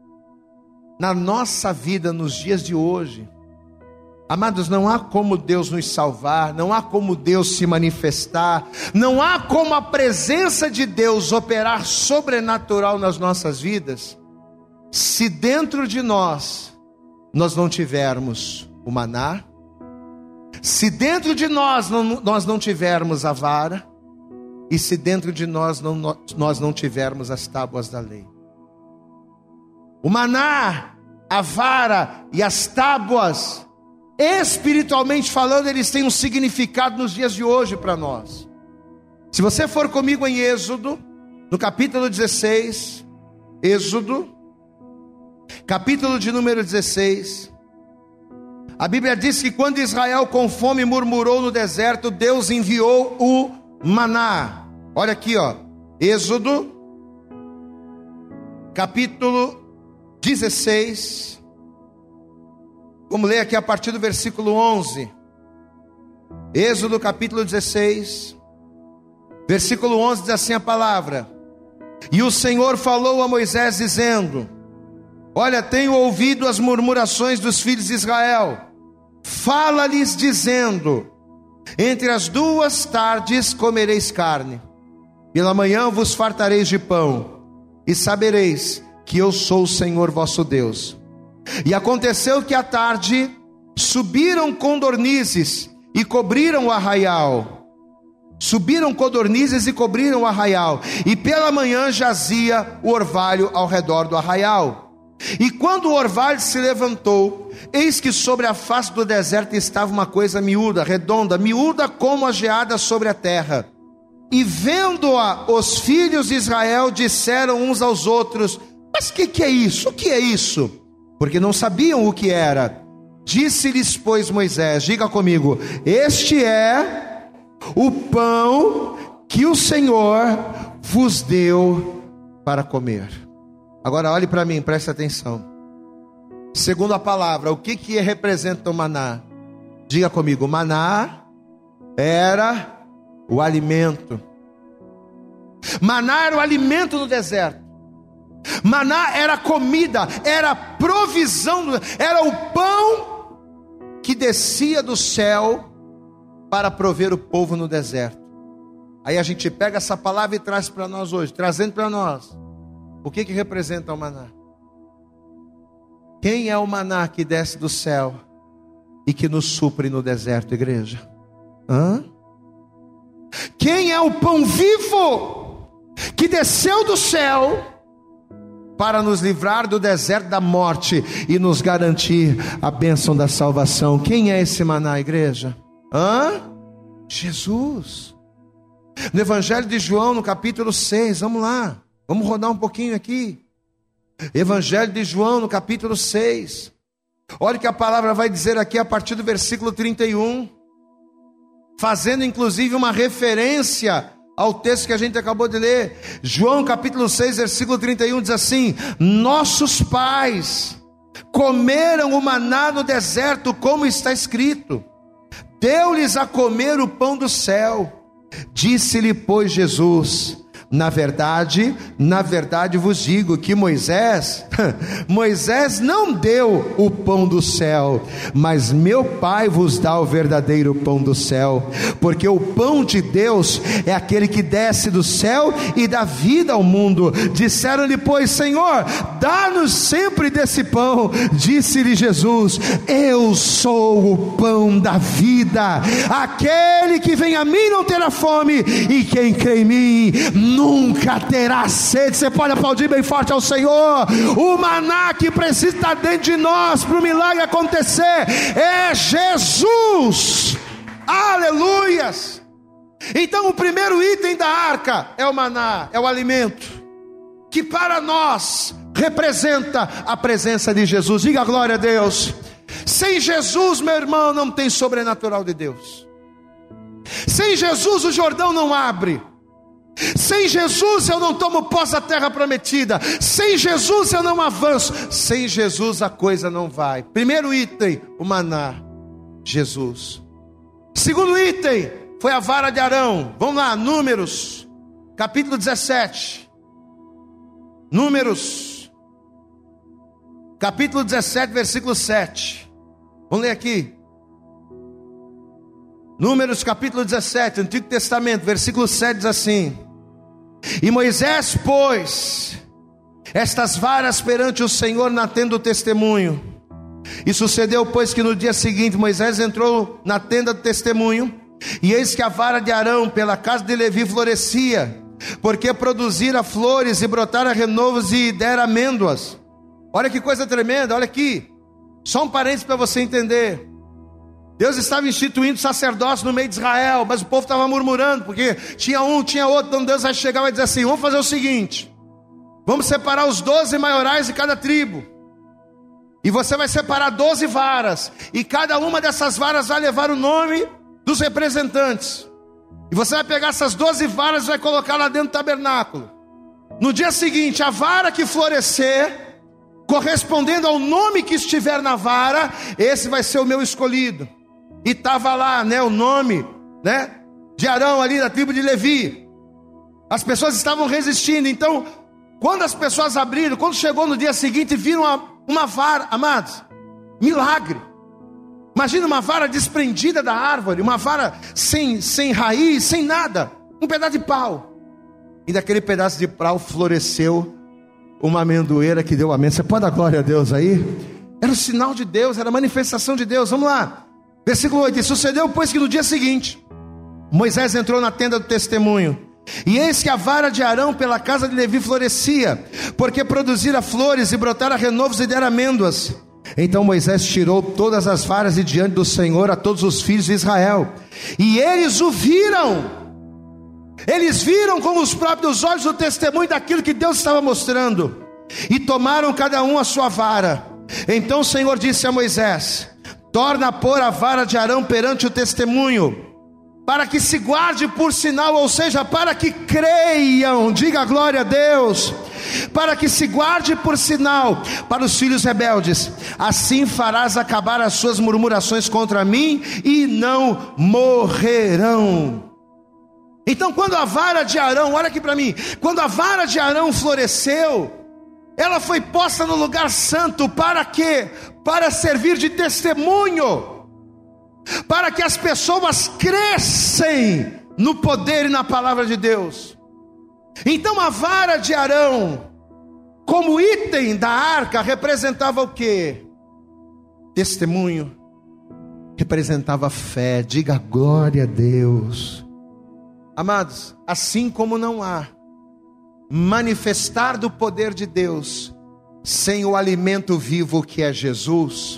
na nossa vida nos dias de hoje, amados, não há como Deus nos salvar, não há como Deus se manifestar, não há como a presença de Deus operar sobrenatural nas nossas vidas, se dentro de nós, nós não tivermos o maná, se dentro de nós não, nós não tivermos a vara, e se dentro de nós não, nós não tivermos as tábuas da lei. O maná, a vara e as tábuas, espiritualmente falando, eles têm um significado nos dias de hoje para nós. Se você for comigo em Êxodo, no capítulo dezesseis, Êxodo, capítulo de número dezesseis. A Bíblia diz que quando Israel com fome murmurou no deserto, Deus enviou o maná. Olha aqui, ó. Êxodo, capítulo dezesseis. Vamos ler aqui a partir do versículo onze. Êxodo, capítulo dezesseis, versículo onze, diz assim a palavra: E o Senhor falou a Moisés dizendo: Olha, tenho ouvido as murmurações dos filhos de Israel. Fala-lhes dizendo: Entre as duas tardes comereis carne, pela manhã vos fartareis de pão, e sabereis que eu sou o Senhor vosso Deus. E aconteceu que à tarde subiram codornizes e cobriram o arraial. Subiram codornizes e cobriram o arraial, e pela manhã jazia o orvalho ao redor do arraial. E quando o orvalho se levantou, eis que sobre a face do deserto estava uma coisa miúda, redonda, miúda como a geada sobre a terra. E vendo-a, os filhos de Israel disseram uns aos outros: Mas que que é isso? O que é isso? Porque não sabiam o que era. Disse-lhes, pois, Moisés, diga comigo: Este é o pão que o Senhor vos deu para comer. Agora olhe para mim, preste atenção. Segundo a palavra, o que que representa o maná? Diga comigo: maná era o alimento. Maná era o alimento no deserto. Maná era comida, era provisão, era o pão que descia do céu para prover o povo no deserto. Aí a gente pega essa palavra e traz para nós hoje, trazendo para nós. O que que representa o maná? Quem é o maná que desce do céu e que nos supre no deserto, igreja? Hã? Quem é o pão vivo que desceu do céu para nos livrar do deserto da morte e nos garantir a bênção da salvação? Quem é esse maná, igreja? Hã? Jesus. No Evangelho de João, no capítulo seis, vamos lá, vamos rodar um pouquinho aqui. Evangelho de João, no capítulo seis. Olha o que a palavra vai dizer aqui a partir do versículo trinta e um, fazendo inclusive uma referência ao texto que a gente acabou de ler. João capítulo seis, versículo trinta e um diz assim: Nossos pais comeram o maná no deserto, como está escrito: Deu-lhes a comer o pão do céu. Disse-lhe, pois, Jesus: Na verdade, na verdade vos digo que Moisés, Moisés não deu o pão do céu, mas meu Pai vos dá o verdadeiro pão do céu, porque o pão de Deus é aquele que desce do céu e dá vida ao mundo. Disseram-lhe, pois, Senhor, dá-nos sempre desse pão. Disse-lhe Jesus: Eu sou o pão da vida, aquele que vem a mim não terá fome, e quem crê em mim nunca terá sede. Você pode aplaudir bem forte ao Senhor. O maná que precisa estar dentro de nós para o milagre acontecer é Jesus. Aleluias. Então o primeiro item da arca é o maná, é o alimento, que para nós representa a presença de Jesus. Diga glória a Deus. Sem Jesus, meu irmão, não tem sobrenatural de Deus. Sem Jesus o Jordão não abre. Sem Jesus eu não tomo posse da terra prometida. Sem Jesus eu não avanço. Sem Jesus a coisa não vai. Primeiro item, o maná, Jesus. Segundo item, foi a vara de Arão. Vamos lá, Números, capítulo dezessete. Números, capítulo dezessete, versículo sete. Vamos ler aqui. Números capítulo dezessete, Antigo Testamento, versículo sete diz assim: E Moisés pôs estas varas perante o Senhor na tenda do testemunho. E sucedeu, pois, que no dia seguinte Moisés entrou na tenda do testemunho, e eis que a vara de Arão pela casa de Levi florescia, porque produzira flores e brotara renovos e dera amêndoas. Olha que coisa tremenda, olha aqui, só um parênteses para você entender. Deus estava instituindo sacerdócio no meio de Israel, mas o povo estava murmurando, porque tinha um, tinha outro. Então Deus vai chegar e vai dizer assim: vamos fazer o seguinte, Vamos separar os doze maiorais de cada tribo. E você vai separar doze varas. E cada uma dessas varas vai levar o nome dos representantes. E você vai pegar essas doze varas e vai colocar lá dentro do tabernáculo. No dia seguinte, a vara que florescer, correspondendo ao nome que estiver na vara, esse vai ser o meu escolhido. E estava lá, né, o nome, né, de Arão ali da tribo de Levi. As pessoas estavam resistindo. Então, quando as pessoas abriram, quando chegou no dia seguinte, viram uma, uma vara, amados, milagre. Imagina uma vara desprendida da árvore, uma vara sem, sem raiz, sem nada, um pedaço de pau. E daquele pedaço de pau floresceu uma amendoeira que deu amêndoa. Você pode dar glória a Deus aí? Era o sinal de Deus, era a manifestação de Deus. Vamos lá, versículo oito. E sucedeu, pois, que no dia seguinte Moisés entrou na tenda do testemunho, e eis que a vara de Arão pela casa de Levi florescia, porque produzira flores e brotara renovos e dera amêndoas. Então Moisés tirou todas as varas de diante do Senhor a todos os filhos de Israel, e eles o viram. Eles viram com os próprios olhos o testemunho daquilo que Deus estava mostrando, e tomaram cada um a sua vara. Então o Senhor disse a Moisés: torna a pôr a vara de Arão perante o testemunho, para que se guarde por sinal, ou seja, para que creiam, diga glória a Deus, para que se guarde por sinal para os filhos rebeldes. Assim farás acabar as suas murmurações contra mim, e não morrerão. Então, quando a vara de Arão, olha aqui para mim, quando a vara de Arão floresceu, ela foi posta no lugar santo. Para quê? Para servir de testemunho, para que as pessoas crescem no poder e na palavra de Deus. Então a vara de Arão, como item da arca, representava o quê? Testemunho, representava fé. Diga glória a Deus. Amados, assim como não há manifestar do poder de Deus sem o alimento vivo que é Jesus,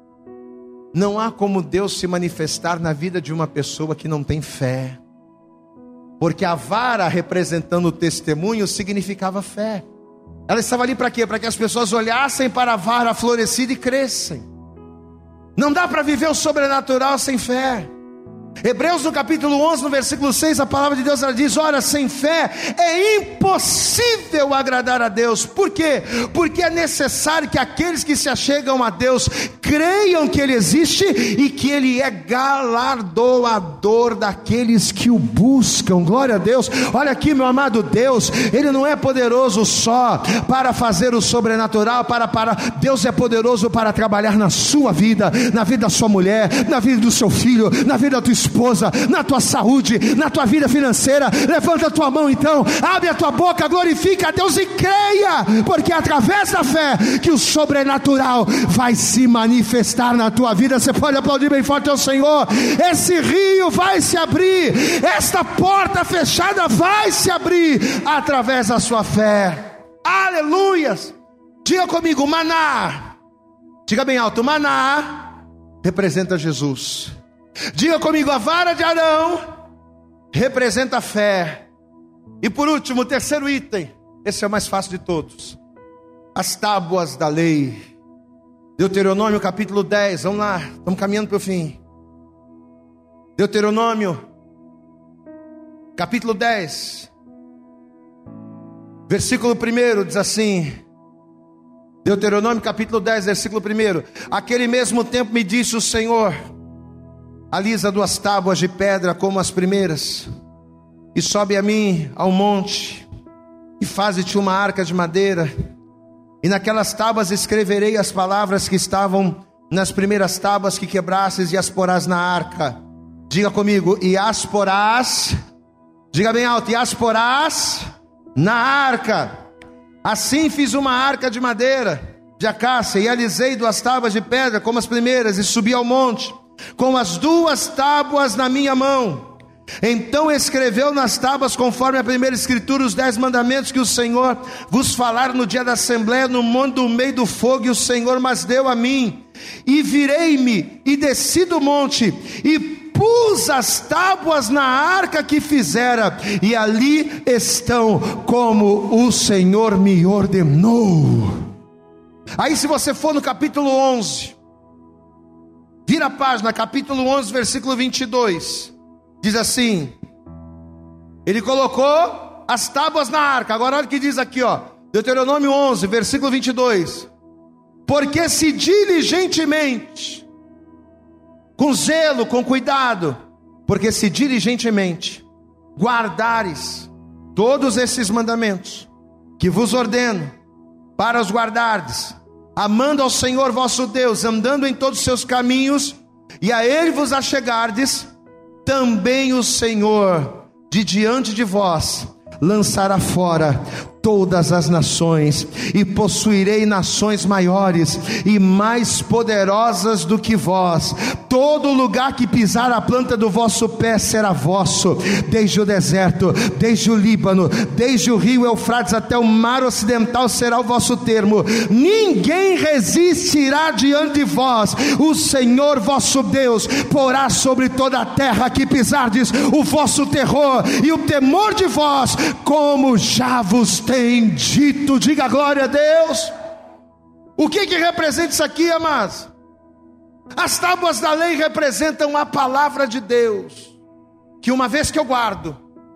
não há como Deus se manifestar na vida de uma pessoa que não tem fé. Porque a vara representando o testemunho significava fé. Ela estava ali para quê? Para que as pessoas olhassem para a vara florescida e crescem. Não dá para viver o sobrenatural sem fé. Hebreus no capítulo onze, no versículo seis, a palavra de Deus ela diz: ora, sem fé é impossível agradar a Deus. Por quê? Porque é necessário que aqueles que se achegam a Deus creiam que Ele existe e que Ele é galardoador daqueles que o buscam. Glória a Deus. Olha aqui, meu amado Deus, Ele não é poderoso só para fazer o sobrenatural, para, para Deus é poderoso para trabalhar na sua vida, na vida da sua mulher, na vida do seu filho, na vida da tua esposa, na tua saúde, na tua vida financeira. Levanta a tua mão então, abre a tua boca, glorifica a Deus e creia, porque é através da fé que o sobrenatural vai se manifestar na tua vida. Você pode aplaudir bem forte ao Senhor. Esse rio vai se abrir, esta porta fechada vai se abrir através da sua fé. Aleluias. Diga comigo, maná. Diga bem alto, maná representa Jesus. Diga comigo, a vara de Arão representa a fé. E por último, o terceiro item, esse é o mais fácil de todos: as tábuas da lei. Deuteronômio capítulo dez, vamos lá, estamos caminhando para o fim. Deuteronômio capítulo dez, versículo primeiro, diz assim: Deuteronômio capítulo dez, versículo primeiro: aquele mesmo tempo me disse o Senhor: alisa duas tábuas de pedra como as primeiras, e sobe a mim ao monte, e faze-te uma arca de madeira, e naquelas tábuas escreverei as palavras que estavam nas primeiras tábuas que quebrastes, e as porás na arca. Diga comigo, e as porás, diga bem alto, e as porás na arca. Assim fiz uma arca de madeira de acácia, e alisei duas tábuas de pedra como as primeiras, e subi ao monte com as duas tábuas na minha mão. Então escreveu nas tábuas, conforme a primeira escritura, os dez mandamentos que o Senhor vos falar no dia da assembleia, no monte do meio do fogo, e o Senhor mas deu a mim. E virei-me e desci do monte, e pus as tábuas na arca que fizera, e ali estão como o Senhor me ordenou. Aí se você for no capítulo onze, vira a página, capítulo onze, versículo vinte e dois, diz assim: ele colocou as tábuas na arca. Agora olha o que diz aqui, ó, Deuteronômio onze, versículo vinte e dois: porque se diligentemente, com zelo, com cuidado, porque se diligentemente guardares todos esses mandamentos que vos ordeno, para os guardardes, amando ao Senhor vosso Deus, andando em todos os seus caminhos, e a Ele vos achegardes, também o Senhor de diante de vós lançará fora todas as nações, e possuirei nações maiores e mais poderosas do que vós. Todo lugar que pisar a planta do vosso pé será vosso, desde o deserto, desde o Líbano, desde o rio Eufrates até o mar ocidental será o vosso termo. Ninguém resistirá diante de vós. O Senhor vosso Deus porá sobre toda a terra que pisardes o vosso terror e o temor de vós, como já vos tem dito. Diga glória a Deus. O que que representa isso aqui, amados? As tábuas da lei representam a palavra de Deus, que uma vez que eu guardo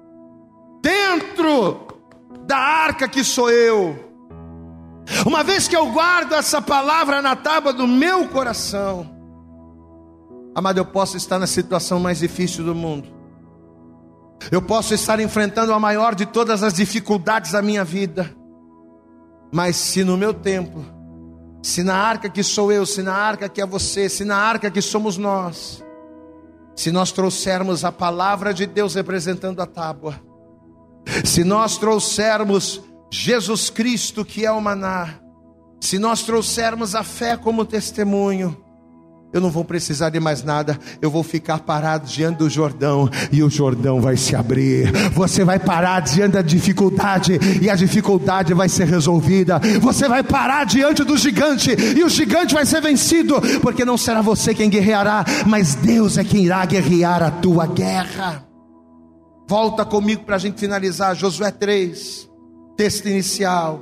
dentro da arca que sou eu, uma vez que eu guardo essa palavra na tábua do meu coração, amado, eu posso estar na situação mais difícil do mundo, eu posso estar enfrentando a maior de todas as dificuldades da minha vida, mas se no meu templo, se na arca que sou eu, se na arca que é você, se na arca que somos nós, se nós trouxermos a palavra de Deus representando a tábua, se nós trouxermos Jesus Cristo que é o maná, se nós trouxermos a fé como testemunho, eu não vou precisar de mais nada. Eu vou ficar parado diante do Jordão, e o Jordão vai se abrir. Você vai parar diante da dificuldade, e a dificuldade vai ser resolvida. Você vai parar diante do gigante, e o gigante vai ser vencido, porque não será você quem guerreará, mas Deus é quem irá guerrear a tua guerra. Volta comigo para a gente finalizar. Josué três, texto inicial.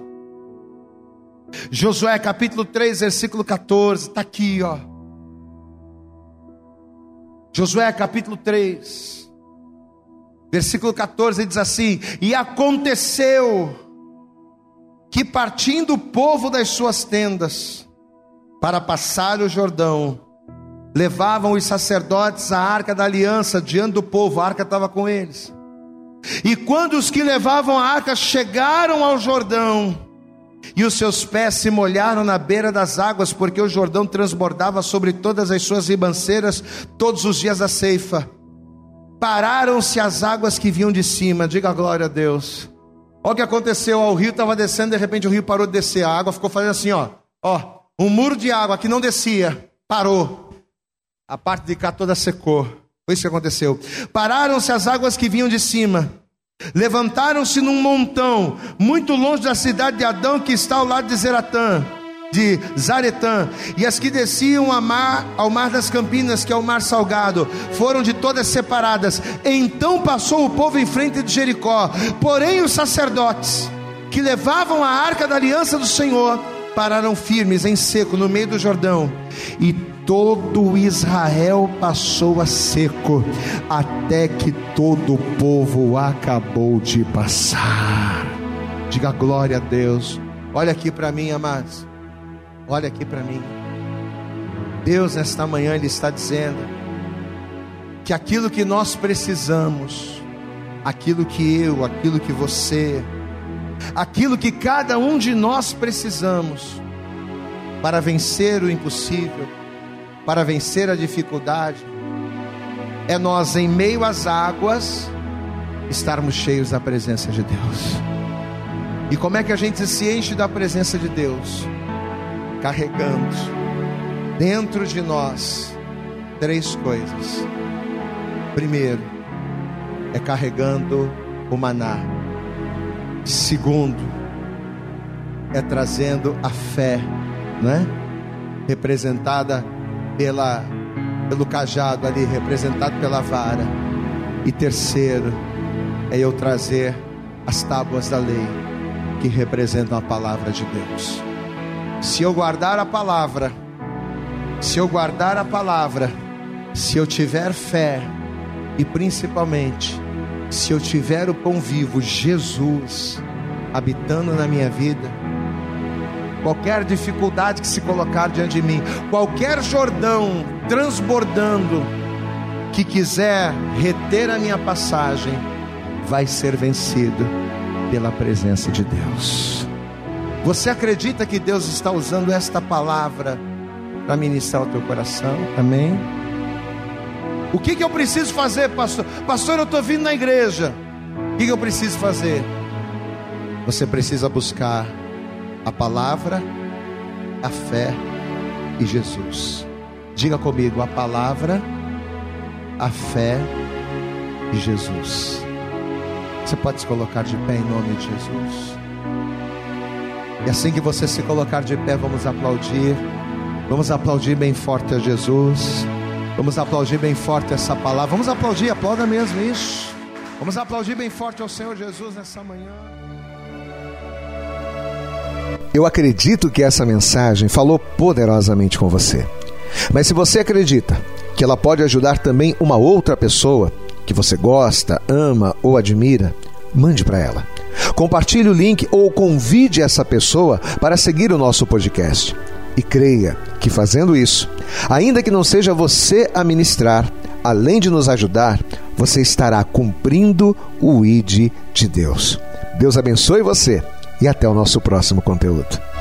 Josué capítulo três, versículo catorze, está aqui, ó. Josué capítulo três, versículo catorze, diz assim: e aconteceu que, partindo o povo das suas tendas para passar o Jordão, levavam os sacerdotes a arca da aliança diante do povo. A arca estava com eles. E quando os que levavam a arca chegaram ao Jordão, e os seus pés se molharam na beira das águas, porque o Jordão transbordava sobre todas as suas ribanceiras todos os dias da ceifa, pararam-se as águas que vinham de cima. Diga glória a Deus. Olha o que aconteceu, o rio estava descendo, de repente o rio parou de descer, a água ficou fazendo assim, ó, ó, um muro de água que não descia, parou, a parte de cá toda secou. Foi isso que aconteceu. Pararam-se as águas que vinham de cima, levantaram-se num montão muito longe da cidade de Adão, que está ao lado de Zeratã, de Zaretã, e as que desciam ao mar, ao mar das Campinas, que é o mar salgado, foram de todas separadas. Então passou o povo em frente de Jericó, porém os sacerdotes que levavam a arca da aliança do Senhor pararam firmes em seco no meio do Jordão, e todo Israel passou a seco, até que todo o povo acabou de passar. Diga glória a Deus. Olha aqui para mim, amados, olha aqui para mim. Deus nesta manhã Ele está dizendo que aquilo que nós precisamos, aquilo que eu, aquilo que você, aquilo que cada um de nós precisamos para vencer o impossível, para vencer a dificuldade, é nós, em meio às águas, estarmos cheios da presença de Deus. E como é que a gente se enche da presença de Deus? Carregando dentro de nós três coisas. Primeiro, é carregando o maná. Segundo, é trazendo a fé, não é? Representada pela pelo cajado ali, representado pela vara. E terceiro, é eu trazer as tábuas da lei, que representam a palavra de Deus. Se eu guardar a palavra, se eu guardar a palavra, se eu tiver fé, e principalmente, se eu tiver o pão vivo, Jesus, habitando na minha vida, qualquer dificuldade que se colocar diante de mim, qualquer Jordão transbordando, que quiser reter a minha passagem, vai ser vencido pela presença de Deus. Você acredita que Deus está usando esta palavra para ministrar o teu coração? Amém? O que, que eu preciso fazer, pastor? Pastor, eu estou vindo na igreja. O que, que eu preciso fazer? Você precisa buscar a palavra, a fé e Jesus. Diga comigo: a palavra, a fé e Jesus. Você pode se colocar de pé em nome de Jesus. E assim que você se colocar de pé, vamos aplaudir. Vamos aplaudir bem forte a Jesus. Vamos aplaudir bem forte essa palavra. Vamos aplaudir, aplauda mesmo isso. Vamos aplaudir bem forte ao Senhor Jesus nessa manhã. Eu acredito que essa mensagem falou poderosamente com você. Mas se você acredita que ela pode ajudar também uma outra pessoa que você gosta, ama ou admira, mande para ela. Compartilhe o link ou convide essa pessoa para seguir o nosso podcast. E creia que fazendo isso, ainda que não seja você a ministrar, além de nos ajudar, você estará cumprindo o I D de Deus. Deus abençoe você e até o nosso próximo conteúdo.